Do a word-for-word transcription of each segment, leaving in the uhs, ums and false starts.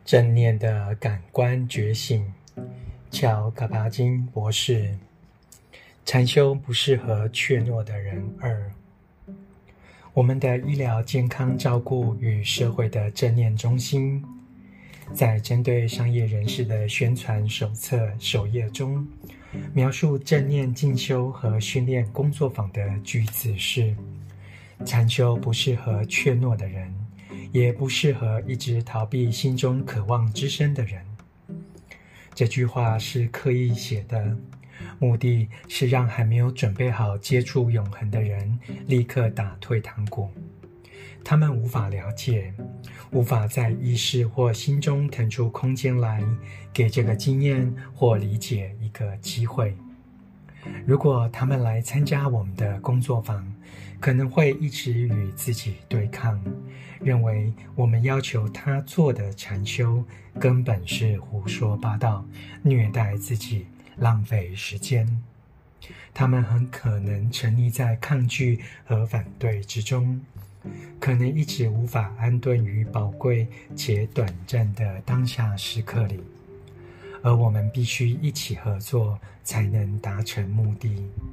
正念的感官觉醒，乔卡巴金博士。禅修不适合怯懦的人二。我们的医疗健康照顾与社会的正念中心，在针对商业人士的宣传手册首页中，描述正念进修和训练工作坊的句子是：禅修不适合怯懦的人，也不适合一直逃避心中渴望之声的人。这句话是刻意写的，目的是让还没有准备好接触永恒的人立刻打退堂鼓。他们无法了解，无法在意识或心中腾出空间来给这个经验或理解一个机会。如果他们来参加我们的工作坊，可能会一直与自己对抗，认为我们要求他做的禅修根本是胡说八道，虐待自己，浪费时间。他们很可能沉溺在抗拒和反对之中，可能一直无法安顿于宝贵且短暂的当下时刻里，而我们必须一起合作才能达成目的。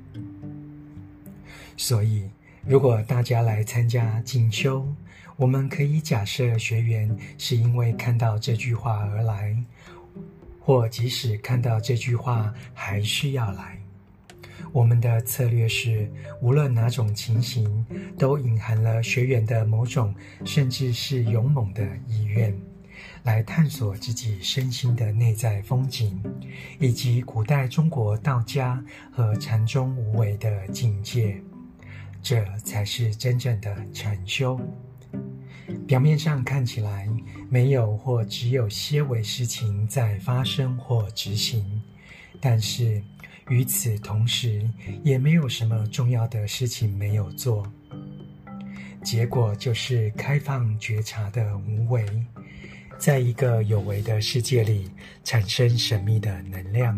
所以如果大家来参加进修，我们可以假设学员是因为看到这句话而来，或即使看到这句话还是要来。我们的策略是，无论哪种情形，都隐含了学员的某种甚至是勇猛的意愿，来探索自己身心的内在风景，以及古代中国道家和禅宗无为的境界。这才是真正的禅修。表面上看起来没有或只有些微事情在发生或执行，但是与此同时也没有什么重要的事情没有做。结果就是开放觉察的无为，在一个有为的世界里产生神秘的能量。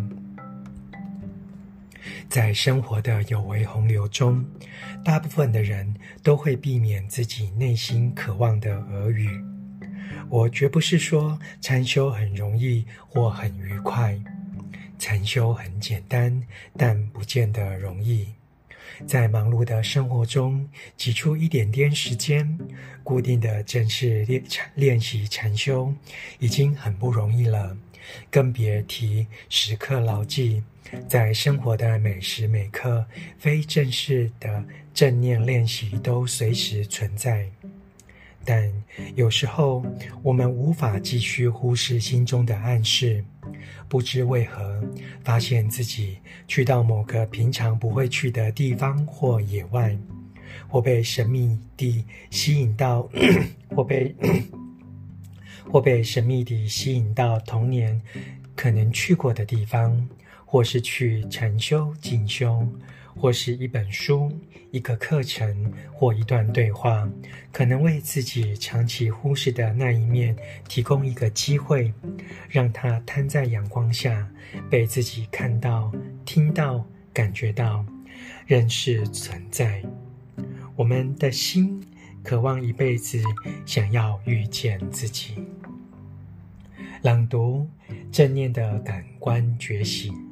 在生活的有为洪流中，大部分的人都会避免自己内心渴望的耳语。我绝不是说禅修很容易或很愉快，禅修很简单，但不见得容易。在忙碌的生活中挤出一点点时间，固定的正式练练习禅修已经很不容易了，更别提时刻牢记在生活的每时每刻，非正式的正念练习都随时存在。但有时候我们无法继续忽视心中的暗示，不知为何发现自己去到某个平常不会去的地方或野外，或被神秘地吸引到或被或被神秘地吸引到童年可能去过的地方，或是去禅修进修，或是一本书、一个课程或一段对话，可能为自己长期忽视的那一面提供一个机会，让它摊在阳光下，被自己看到、听到、感觉到，仍是存在。我们的心渴望一辈子想要遇见自己。朗读正念的感官觉醒。